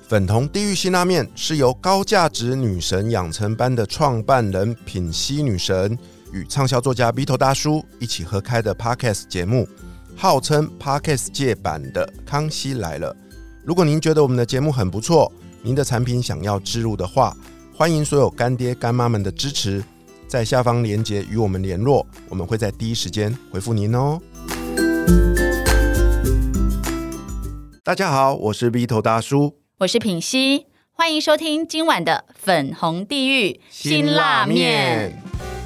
粉红地狱辛拉面是由高价值女神养成班的创办人品熙女神与畅销作家 Vito 大叔一起合开的 Podcast 节目，号称 Podcast 界版的康熙来了。如果您觉得我们的节目很不错，您的产品想要置入的话，欢迎所有干爹干妈们的支持，在下方连结与我们联络，我们会在第一时间回复您哦。大家好，我是 Vito 大叔， 我是品熙，欢迎收听今晚的粉红地狱辛辣面。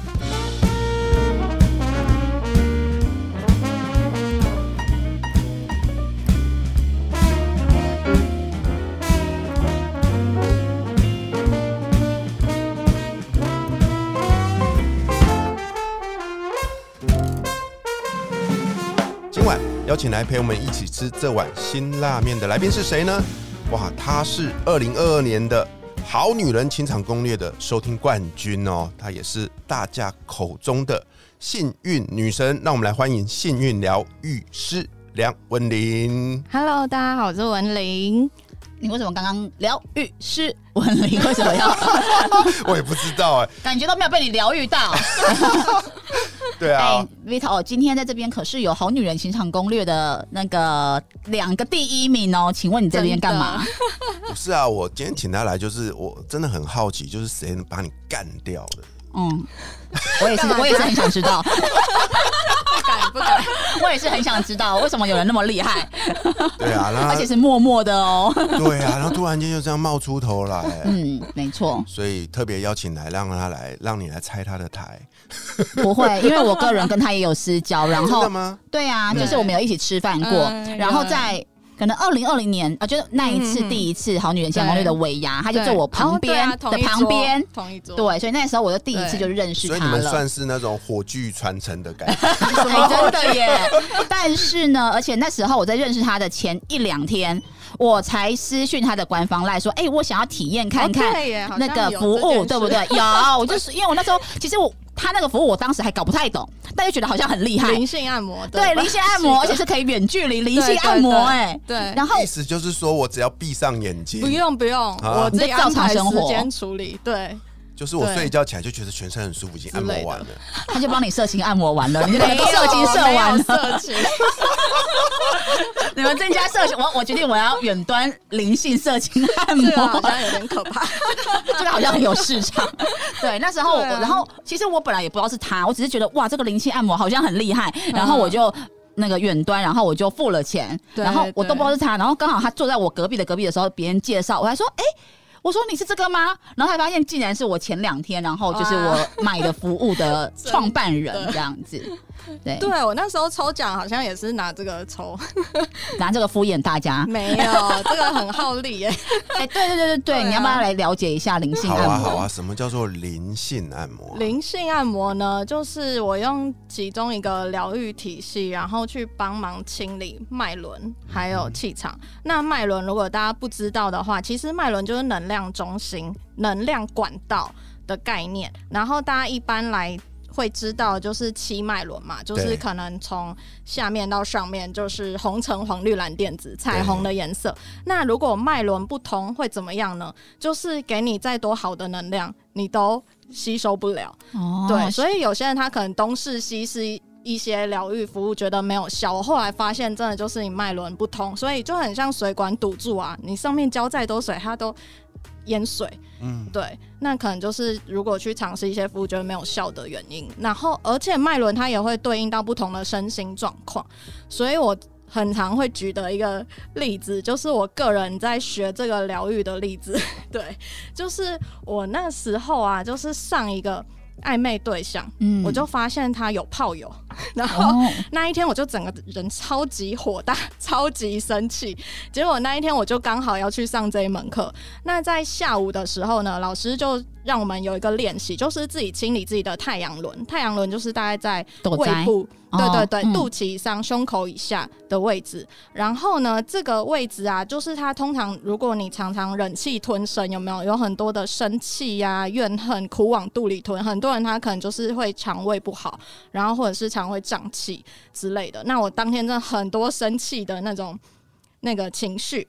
今晚邀请来陪我们一起吃这碗辛辣面的来宾是谁呢？哇，她是2022年的好女人情场攻略的收听冠军哦，她也是大家口中的幸运女神。让我们来欢迎幸运疗愈师梁文玲。 Hello， 大家好，我是文玲。 你为什么刚刚疗愈师文玲为什么要我也不知道感觉都没有被你疗愈到对啊 Vito 今天在这边可是有好女人情场攻略的那个2个第1名哦，请问你这边干嘛？ 不是啊，我今天请他来就是我真的很好奇，就是谁能把你干掉的。 我也是很想知道不敢我也是很想知道为什么有人那么厉害。 对啊， 而且是默默的哦。 对啊，然后突然间就这样冒出头来。 没错，所以特别邀请来让你来拆他的台。 不会，因为我个人跟他也有私交，然后真的吗？ 对啊，就是我们有一起吃饭过，然后在可能2020年就是那一次第一次好女人情场攻略的尾牙，他就坐我旁边的旁边， 同一桌。 对，所以那时候我就第一次就认识他了。 所以你们算是那种火炬传承的感觉。 真的耶！但是呢，而且那时候我在认识他的前1-2天，我才私讯他的官方赖说，我想要体验看看那个服务，对不对？有，我就是因为我那时候其实他那个服务我当时还搞不太懂，但就觉得好像很厉害。 灵性按摩， 对，灵性按摩，而且是可以远距离灵性按摩， 对。 然后意思就是说我只要闭上眼睛， 不用，我自己安排时间处理，对。 就是我睡一觉起来就觉得全身很舒服，已经按摩完了， 他就帮你色情按摩完了，你就把色情射完了。 色情你们增加色情，我决定我要远端灵性色情按摩， 好像有点可怕。 这个好像很有市场。对，那时候然后其实我本来也不知道是他，我只是觉得哇，这个灵性按摩好像很厉害，然后我就那个远端，然后我就付了钱，然后我都不知道是他，然后刚好他坐在我隔壁的时候，别人介绍，我还说我说你是这个吗？然后才发现竟然是我前2天，然后就是我买的服务的创办人这样子。对， 我那时候抽奖好像也是拿这个抽， 拿这个敷衍大家。 没有，这个很耗力耶。 对，你要不要来了解一下灵性按摩？ 好啊，什么叫做灵性按摩？ 灵性按摩呢，就是我用其中一个疗愈体系，然后去帮忙清理脉轮还有气场。那脉轮如果大家不知道的话，其实脉轮就是能量中心、能量管道的概念。然后大家一般来会知道就是7脉轮嘛，就是可能从下面到上面就是红橙黄绿蓝靛紫彩虹的颜色。那如果脉轮不通会怎么样呢？就是给你再多好的能量你都吸收不了。对，所以有些人他可能东试西试一些疗愈服务觉得没有效，我后来发现真的就是你脉轮不通，所以就很像水管堵住啊，你上面浇再多水它都淹水。对，那可能就是如果去尝试一些服务觉得没有效的原因。然后而且脉轮它也会对应到不同的身心状况，所以我很常会举的一个例子就是我个人在学这个疗愈的例子。对，就是我那时候啊，就是上一个暧昧对象，我就发现他有炮友，然后那一天我就整个人超级火大，超级生气。结果那一天我就刚好要去上这一门课，那在下午的时候呢，老师就让我们有一个练习，就是自己清理自己的太阳轮。太阳轮就是大概在胃部，对，肚脐以上、胸口以下的位置。然后呢，这个位置啊，就是它通常如果你常常忍气吞声，有很多的生气啊、怨恨、苦往肚里吞，很多人他可能就是会肠胃不好，然后或者是肠胃胀气之类的。那我当天真的很多生气的那个情绪。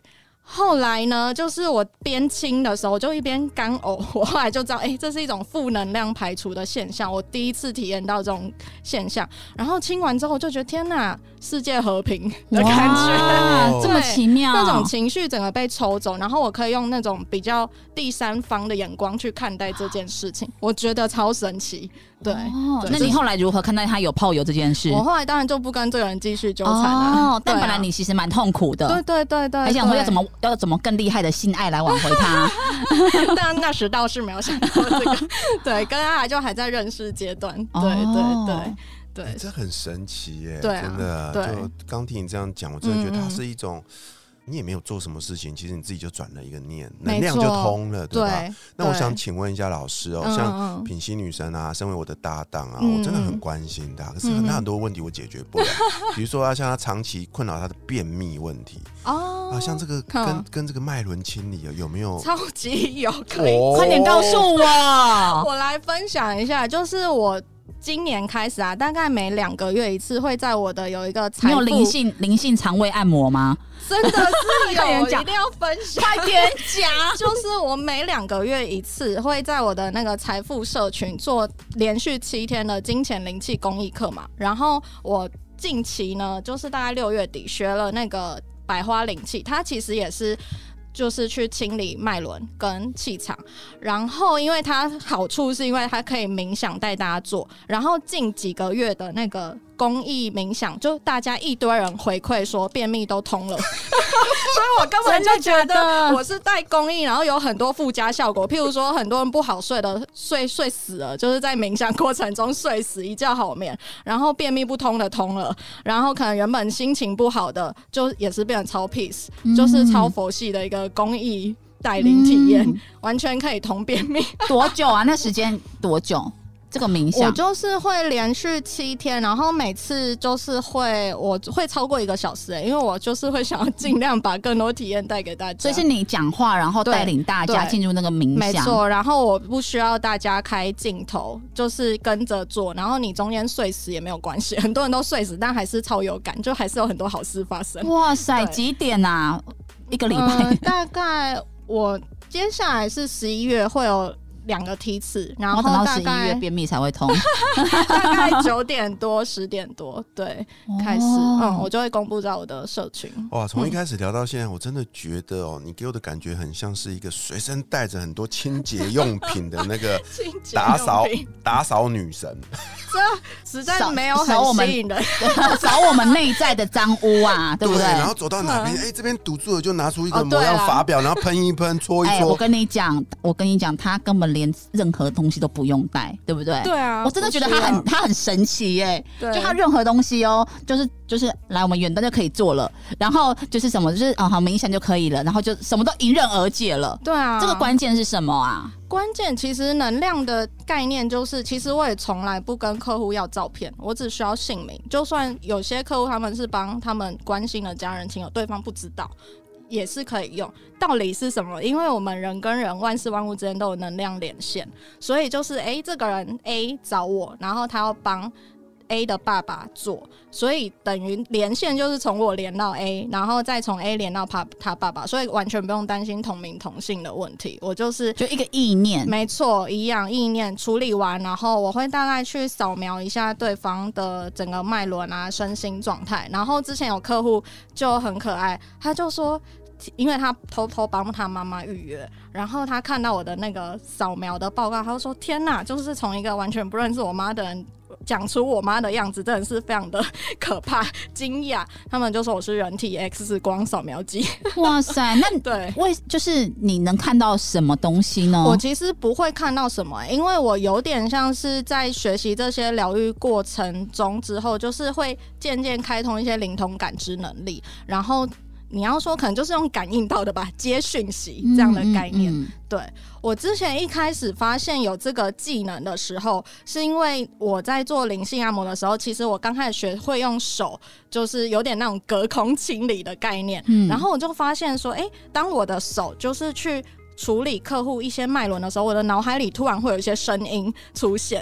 后来呢，就是我边清的时候，我就一边干呕，我后来就知道，这是一种负能量排除的现象，我第一次体验到这种现象。然后清完之后，就觉得天哪，世界和平的感觉， 这么奇妙， 那种情绪整个被抽走，然后我可以用那种比较第三方的眼光去看待这件事情，我觉得超神奇。对， 那你后来如何看待他有炮友这件事？ 我后来当然就不跟这个人继续纠缠了。 但本来你其实蛮痛苦的。 对， 还想说要怎么更厉害的性爱来挽回他。 但那时倒是没有想过这个。对，跟他就还在认识阶段。对， 这很神奇耶！ 对啊， 真的。 对， 就刚听你这样讲，我真的觉得它是一种。你也没有做什么事情，其实你自己就转了一个念，能量就通了，对吧？那我想请问一下老师哦，像品溪女神啊，身为我的搭档啊，我真的很关心她，可是很多问题我解决不了，比如说像她长期困扰她的便秘问题像这个跟这个脉轮清理有没有？ 超级有，可以快点告诉我， 我来分享一下，就是我。今年开始啊，大概每2个月一次会在我的有一个财富， 你有灵性肠胃按摩吗？ 真的是有，一定要分享， 快点讲。 就是我每2个月一次会在我的那个财富社群做连续7天的金钱灵气公益课嘛，然后我近期呢，就是大概6月底学了那个百花灵气，它其实也是。就是去清理脉轮跟气场，然后因为它好处是因为它可以冥想带大家做，然后近几个月的那个公益冥想，就大家一堆人回馈说便秘都通了，所以我根本就觉得我是带公益，然后有很多附加效果，譬如说很多人不好睡的睡死了，就是在冥想过程中睡死，一觉好眠，然后便秘不通的通了，然后可能原本心情不好的就也是变成超 peace，就是超佛系的一个公益带领体验，完全可以通便秘。 多久啊？那时间多久？这个冥想我就是会连续7天，然后每次就是我会超过1个小时因为我就是会想要尽量把更多体验带给大家。 所以是你讲话，然后带领大家进入那个冥想。 没错，然后我不需要大家开镜头，就是跟着做，然后你中间睡死也没有关系。很多人都睡死，但还是超有感，就还是有很多好事发生。 哇塞，几点啊？1个礼拜？ 大概我接下来是11月会有2个梯次，然后大概等到11月便秘才会通， 大概9点多10点多，对，开始，我就会公布在我的社群。 哇，从一开始聊到现在，我真的觉得你给我的感觉很像是一个随身带着很多清洁用品的那个打扫女神， 这实在没有很吸引人， 扫我们内在的脏污啊，对不对？ 然后走到哪边，这边堵住了，就拿出一个模样法表，然后喷一喷，搓一搓。 我跟你讲，他根本连任何东西都不用带，对不对？ 对啊， 我真的觉得他很神奇耶！就他任何东西就是来我们远端就可以做了，然后就是什么就是好冥想就可以了，然后就什么都迎刃而解了。 对啊， 这个关键是什么啊？ 关键其实能量的概念就是，其实我也从来不跟客户要照片，我只需要姓名。就算有些客户他们是帮他们关心的家人亲友，对方不知道。也是可以用，道理是什么？因为我们人跟人万事万物之间都有能量连线，所以就是这个人 A 找我，然后他要帮 A 的爸爸做，所以等于连线就是从我连到 A， 然后再从 A 连到他爸爸，所以完全不用担心同名同姓的问题。我就一个意念， 没错，一样意念处理完，然后我会大概去扫描一下对方的整个脉轮啊、身心状态。然后之前有客户就很可爱，他就说。因为他偷偷帮他妈妈预约，然后他看到我的那个扫描的报告，他就说天哪，就是从一个完全不认识我妈的人讲出我妈的样子，真的是非常的可怕惊讶。他们就说我是人体 X 光扫描机。 哇塞，那对，就是你能看到什么东西呢？ 我其实不会看到什么，因为我有点像是在学习这些疗愈过程中之后，就是会渐渐开通一些灵通感知能力，然后你要说可能就是用感应到的吧，接讯息这样的概念。对，我之前一开始发现有这个技能的时候，是因为我在做灵性按摩的时候，其实我刚开始学会用手，就是有点那种隔空清理的概念。然后我就发现说，当我的手就是去处理客户一些脉轮的时候，我的脑海里突然会有一些声音出现。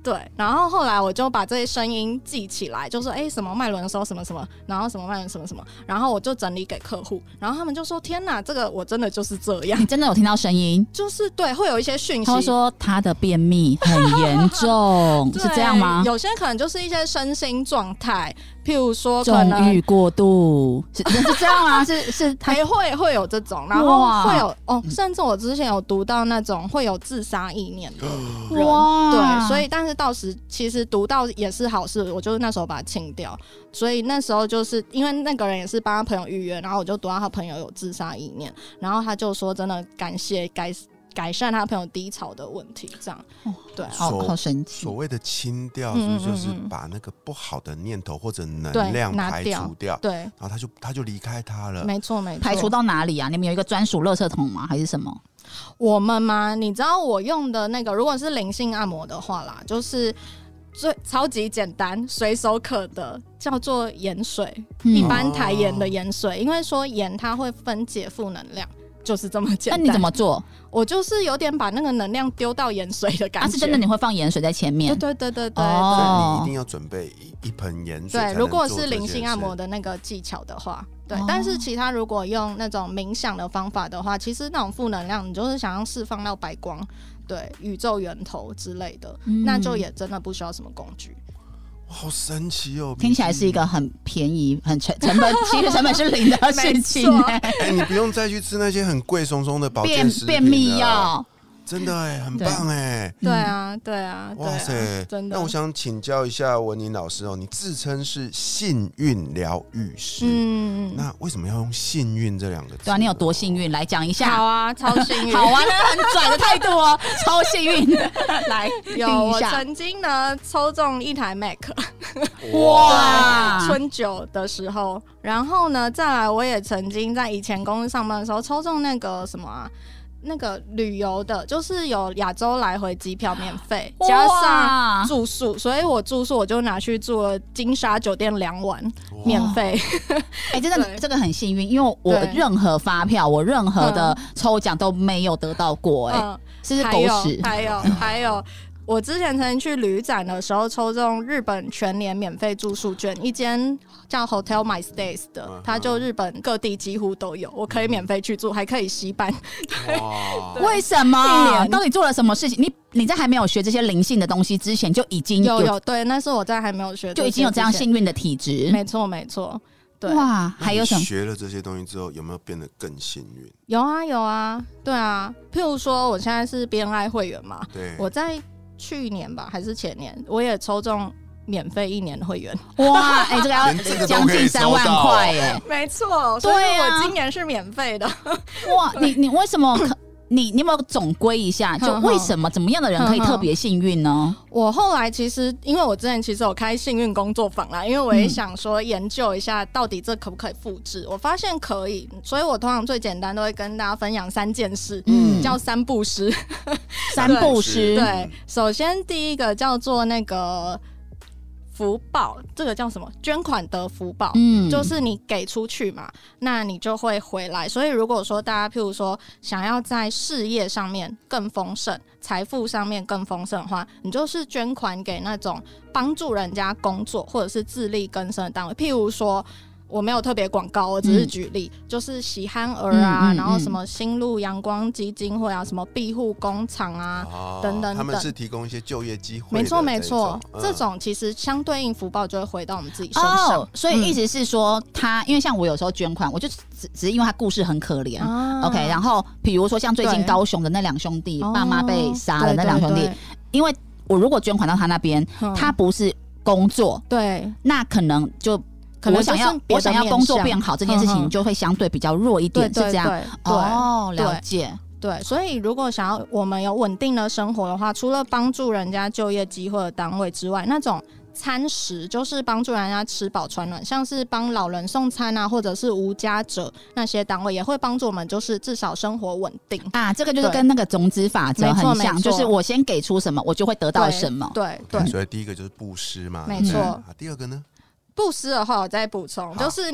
对，然后后来我就把这些声音记起来，就说什么脉轮的时候什么什么，然后什么脉轮什么什么，然后我就整理给客户，然后他们就说天哪，这个我真的就是这样。 你真的有听到声音？ 就是对，会有一些讯息， 他说他的便秘很严重，是这样吗？ 有些可能就是一些身心状态，譬如说可能纵欲过度，是这样吗？是还会有这种，然后会有甚至我之前有读到那种会有自杀意念的人， 哇， 对，所以但是到时其实读到也是好事，我就是那时候把它清掉，所以那时候就是因为那个人也是帮他朋友预约，然后我就读到他朋友有自杀意念，然后他就说真的感谢改善他朋友低潮的问题，这样，对， 好神奇。 所谓的清掉，就是把那个不好的念头或者能量排除掉， 对， 然后他就离开他了。 没错没错。 排除到哪里啊？你们有一个专属垃圾桶吗？还是什么？ 我们吗？你知道我用的那个，如果是灵性按摩的话啦，就是超级简单随手可得，叫做盐水，一般台盐的盐水，因为说盐它会分解负能量。就是这么简单。 那你怎么做？ 我就是有点把那个能量丢到盐水的感觉。 是真的你会放盐水在前面？ 对， 所以你一定要准备一盆盐水。 对，如果是灵性按摩的那个技巧的话，对。但是其他如果用那种冥想的方法的话，其实那种负能量，你就是想要释放到白光，对，宇宙源头之类的，那就也真的不需要什么工具。 好神奇哦！ 听起来是一个很便宜、很成本，其实成本是零的事情。 你不用再去吃那些很贵松松的保健食品、 便秘药， 真的很棒哎！ 对啊，对啊， 哇塞，真的。那我想请教一下文宁老师哦，你自称是幸运疗愈师，那为什么要用幸运这两个字？ 对啊，你有多幸运？来讲一下。 好啊，超幸运， 好啊，那很拽的态度哦，超幸运。来， 有我曾经呢抽中一台 Mac， 哇， 春酒的时候，然后呢再来我也曾经在以前公司上班的时候抽中那个什么啊。那个旅游的，就是有亚洲来回机票免费，加上住宿，所以我住宿我就拿去住了金沙酒店2晚，免费。 真的这个很幸运，因为我任何发票，我任何的抽奖都没有得到过，是狗屎。 还有。我之前曾经去旅展的时候抽中日本全年免费住宿券，一间叫 Hotel My Stays 的，它就日本各地几乎都有，我可以免费去住，还可以吸班。 为什么？到底做了什么事情？你在还没有学这些灵性的东西之前就已经有对，那是我在还没有学就已经有这样幸运的体质。 没错没错。对， 哇，还有什么？ 学了这些东西之后，有没有变得更幸运？ 有啊，对啊。譬如说，我现在是 BNI 会员嘛， 对， 我在去年吧还是前年，我也抽中免费1年的会员。 哇，这个要将近3万块耶！ 没错，所以我今年是免费的。 哇，你为什么？你有没有总归一下，就为什么怎么样的人可以特别幸运呢？ 我后来其实，因为我之前其实有开幸运工作坊啦，因为我也想说研究一下到底这可不可以复制，我发现可以，所以我通常最简单都会跟大家分享3件事，叫3步诗。 3步诗， 对，首先第一个叫做那个福报，这个叫什么？捐款得福报，就是你给出去嘛，那你就会回来。所以如果说大家譬如说想要在事业上面更丰盛，财富上面更丰盛的话，你就是捐款给那种帮助人家工作或者是自力更生的单位，譬如说。我没有特别广告，我只是举例，就是喜憨儿啊，然后什么新路阳光基金会啊，什么庇护工厂啊，等等， 他们是提供一些就业机会。 没错，这种其实相对应福报就会回到我们自己身上。 所以意思是说，因为像我有时候捐款，我就只是因为他故事很可怜，OK， 然后比如说像最近高雄的那2兄弟，爸妈被杀的那2兄弟，因为我如果捐款到他那边，他不是工作， 对， 那可能就。我想要工作变好这件事情就会相对比较弱一点，是这样。了解。 对，所以如果想要我们有稳定的生活的话，除了帮助人家就业机会的单位之外，那种餐食就是帮助人家吃饱穿暖，像是帮老人送餐啊，或者是无家者那些单位也会帮助我们，就是至少生活稳定啊。 这个就是跟那个种子法则很像，就是我先给出什么，我就会得到什么。 对， 所以第一个就是布施嘛， 没错。 第二个呢？ 布施的话，我再补充，就是你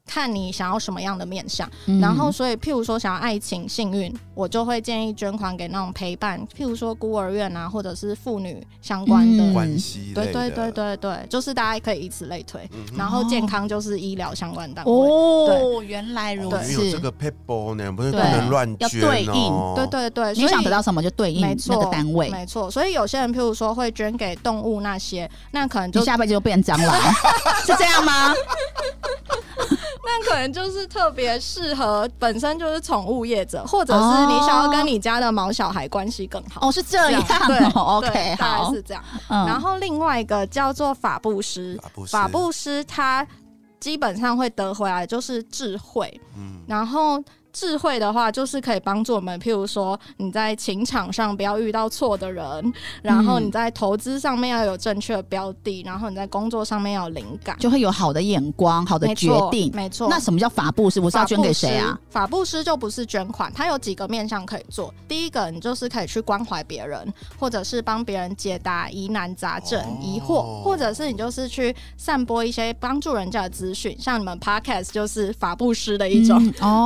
看你想要什么样的面向，然后所以譬如说想要爱情幸运，我就会建议捐款给那种陪伴，譬如说孤儿院啊，或者是妇女相关的关系类的， 对，就是大家可以以此类推，然后健康就是医疗相关单位。 哦，原来如此， 有这个 people 呢，不能乱捐要对应， 对， 你想得到什么就对应那个单位， 没错。所以有些人譬如说会捐给动物那些，那可能就你下辈子就变蟑螂，是这样吗？ 那可能就是特别适合本身就是宠物业者，或者是你想要跟你家的毛小孩关系更好。 哦，是这样对 ，OK， 大概是这样。然后另外一个叫做法布施，法布施它基本上会得回来就是智慧，然后智慧的话就是可以帮助我们，譬如说你在情场上不要遇到错的人，然后你在投资上面要有正确的标的，然后你在工作上面要有灵感， 就会有好的眼光，好的决定。 没错。 那什么叫法布施？我是要捐给谁啊？ 法布施就不是捐款，它有几个面向可以做。第一个，你就是可以去关怀别人，或者是帮别人解答疑难杂症、疑惑，或者是你就是去散播一些帮助人家的资讯，像你们 podcast 就是法布施的一种。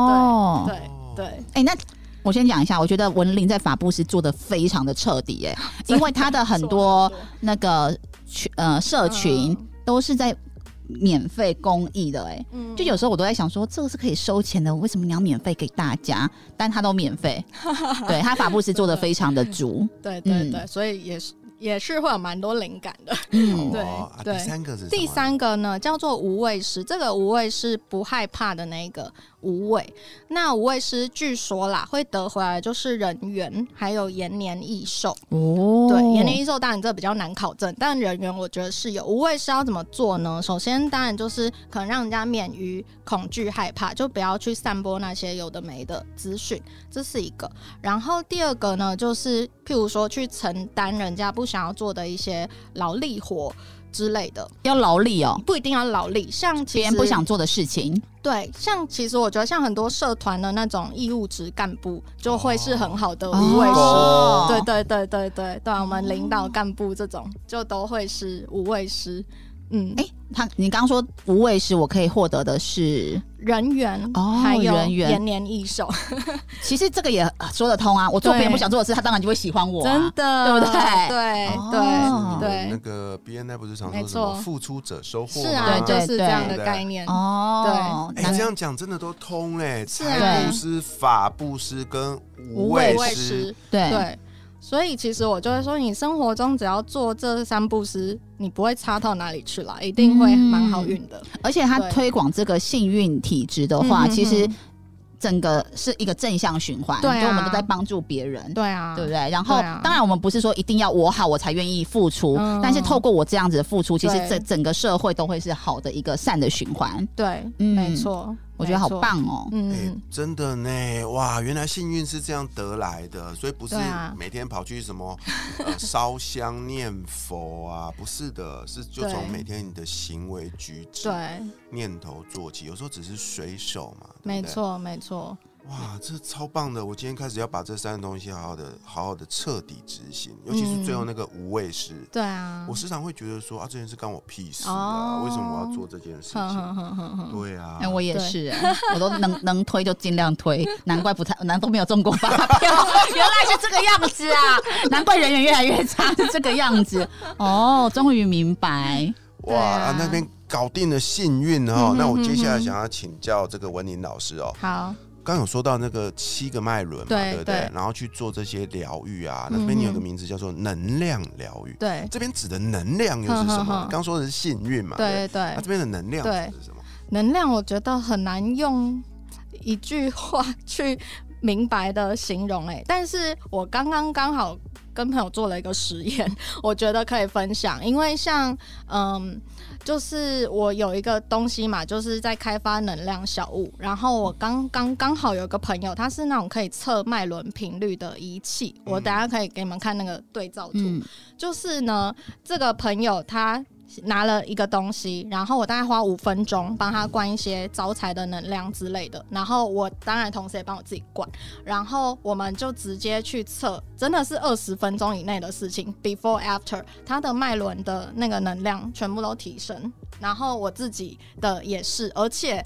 对， 那我先讲一下，我觉得文玲在法布施做的非常的彻底，因为他的很多那个社群都是在免费公益的，就有时候我都在想说，这个是可以收钱的，为什么你要免费给大家？但他都免费，对，他法布施做的非常的足， 对，所以也是会有蛮多灵感的。对，第三个呢叫做无畏施，这个无畏是不害怕的那个无畏。那无畏施据说啦会得回来就是人缘还有延年益寿。对，延年益寿当然这比较难考证，但人缘我觉得是有。无畏施要怎么做呢？首先当然就是可能让人家免于恐惧害怕，就不要去散播那些有的没的资讯，这是一个。然后第二个呢就是譬如说去承担人家不想要做的一些劳力活之类的。 要劳力哦， 不一定要劳力，像其实别人不想做的事情。 对，像其实我觉得像很多社团的那种义务职干部就会是很好的无畏施。对，我们领导干部这种就都会是无畏施。 你刚刚说无畏施，我可以获得的是人缘，还有延年益寿。 其实这个也说得通啊，我做别人不想做的事，他当然就会喜欢我， 真的， 对不对？ 对。 那个 BNI 不是常说什么付出者收获吗？ 是啊，就是这样的概念。 对， 这样讲真的都通嘞， 财布施、法布施跟无畏施， 对。所以其实我就会说，你生活中只要做这三布施，你不会差到哪里去啦，一定会蛮好运的。 而且他推广这个幸运体质的话，其实整个是一个正向循环，就我们都在帮助别人， 对啊， 对不对？然后当然我们不是说一定要我好我才愿意付出，但是透过我这样子的付出，其实整个社会都会是好的一个善的循环。 对，没错。 我觉得好棒哦， 真的呢，哇，原来幸运是这样得来的，所以不是每天跑去什么烧香念佛啊，不是的，是就从每天你的行为举止、念头做起，有时候只是随手嘛， 没错，没错。 哇，这超棒的！我今天开始要把这三个东西好好的彻底执行，尤其是最后那个无畏施。 对啊， 我时常会觉得说这件事干我屁事啊，为什么我要做这件事情？对啊， 我也是，我都能推就尽量推，难怪都没有中过发票，原来是这个样子啊！难怪人缘越来越差，是这个样子。终于明白。 哇，那边搞定了幸运哦。那我接下来想要请教这个文玲老师哦。 好。 刚有说到那个7个脉轮嘛，对不对？然后去做这些疗愈啊，那这边你有个名字叫做能量疗愈。 对， 这边指的能量又是什么？刚说的是幸运嘛， 对。 那这边的能量指的是什么？ 能量我觉得很难用一句话去明白的形容，但是我刚好跟朋友做了一个实验，我觉得可以分享。因为像就是我有一个东西嘛，就是在开发能量小物，然后我刚好有一个朋友，他是那种可以测脉轮频率的仪器，我等一下可以给你们看那个对照图。就是呢，这个朋友他拿了一个东西，然后我大概花5分钟帮他灌一些招财的能量之类的，然后我当然同时也帮我自己灌，然后我们就直接去测，真的是20分钟以内的事情 ，before after， 他的脉轮的那个能量全部都提升，然后我自己的也是，而且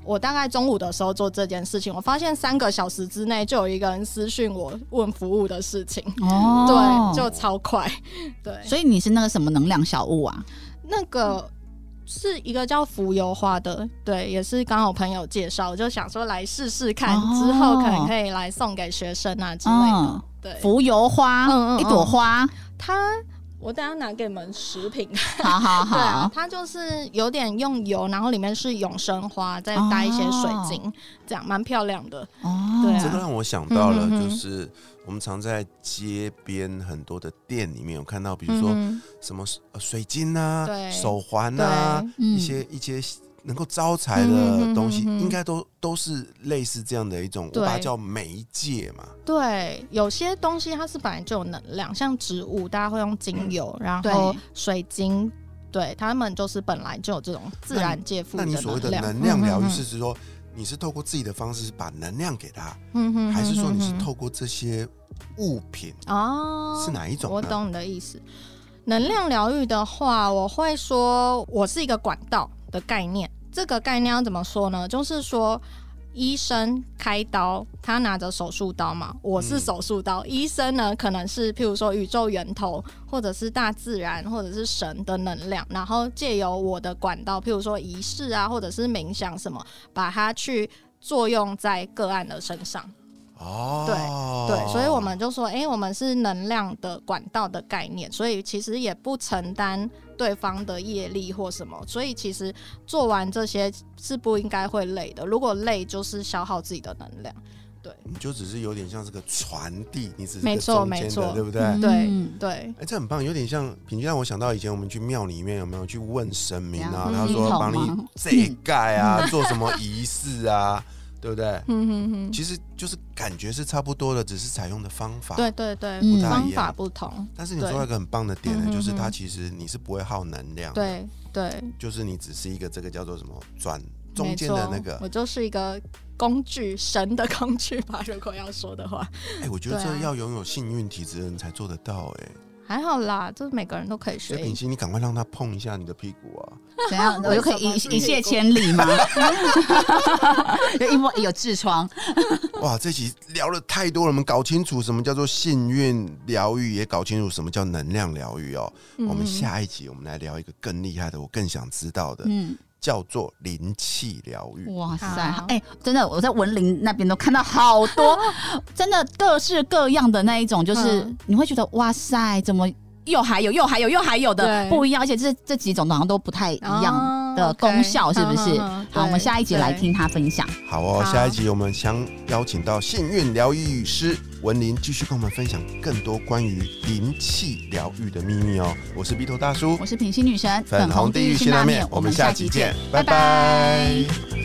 我大概中午的时候做这件事情，我发现3个小时之内就有一个人私讯我问服务的事情。对，就超快。对， 所以你是那个什么能量小物啊？ 那个是一个叫浮游花的，对，也是刚好朋友介绍，我就想说来试试看，之后可能可以来送给学生啊之类的。对， 浮游花，一朵花， 我等一下拿给你们食品。 好好好， 对啊，它就是有点用油，然后里面是永生花，再搭一些水晶，这样蛮漂亮的。对啊， 这个让我想到了，就是我们常在街边很多的店里面有看到，比如说什么水晶啊、手环啊，一些能够招财的东西，应该都是类似这样的一种，我把它叫媒介嘛。 对，有些东西它是本来就有能量，像植物大家会用精油，然后水晶，对，他们就是本来就有这种自然界赋予的能量。 那你所谓的能量疗愈是指说，你是透过自己的方式把能量给他，还是说你是透过这些物品？是哪一种呢？ 我懂你的意思。能量疗愈的话，我会说我是一个管道的概念。这个概念要怎么说呢？就是说医生开刀，他拿着手术刀嘛，我是手术刀，医生呢可能是譬如说宇宙源头，或者是大自然，或者是神的能量，然后借由我的管道，譬如说仪式啊，或者是冥想什么，把它去作用在个案的身上。对，所以我们就说我们是能量的管道的概念，所以其实也不承担对方的业力或什么，所以其实做完这些是不应该会累的，如果累就是消耗自己的能量。对， 你就只是有点像这个传递，你只是没错没错， 对不对？ 对， 这很棒，有点像平均让我想到以前我们去庙里面有没有去问神明啊，他说帮你遮盖啊，做什么仪式啊，对不对？其实就是感觉是差不多的，只是采用的方法对，不太一样，方法不同。 但是你说到一个很棒的点呢，就是它其实你是不会耗能量的， 对， 就是你只是一个这个叫做什么转中间的那个， 我就是一个工具，神的工具吧，如果要说的话。 我觉得这要拥有幸运体质的人才做得到。 还好啦，这每个人都可以学。 品熙，你赶快让他碰一下你的屁股啊！ 怎样？我就可以一泻千里吗？有痔疮。 哇，这集聊了太多了，我们搞清楚什么叫做幸运疗愈，也搞清楚什么叫能量疗愈哦。我们下一集我们来聊一个更厉害的，我更想知道的。叫做灵气疗愈。 哇塞，真的，我在文林那边都看到好多，真的各式各样的那一种，就是你会觉得哇塞，怎么又还有的不一样，而且这几种好像都不太一样的功效，是不是？好，我们下一集来听他分享。 好哦，下一集我们将邀请到幸运疗愈师文林，继续跟我们分享更多关于灵气疗愈的秘密哦。我是鼻头大叔， 我是品熙女神， 粉红地狱辛拉面，我们下集见，拜拜。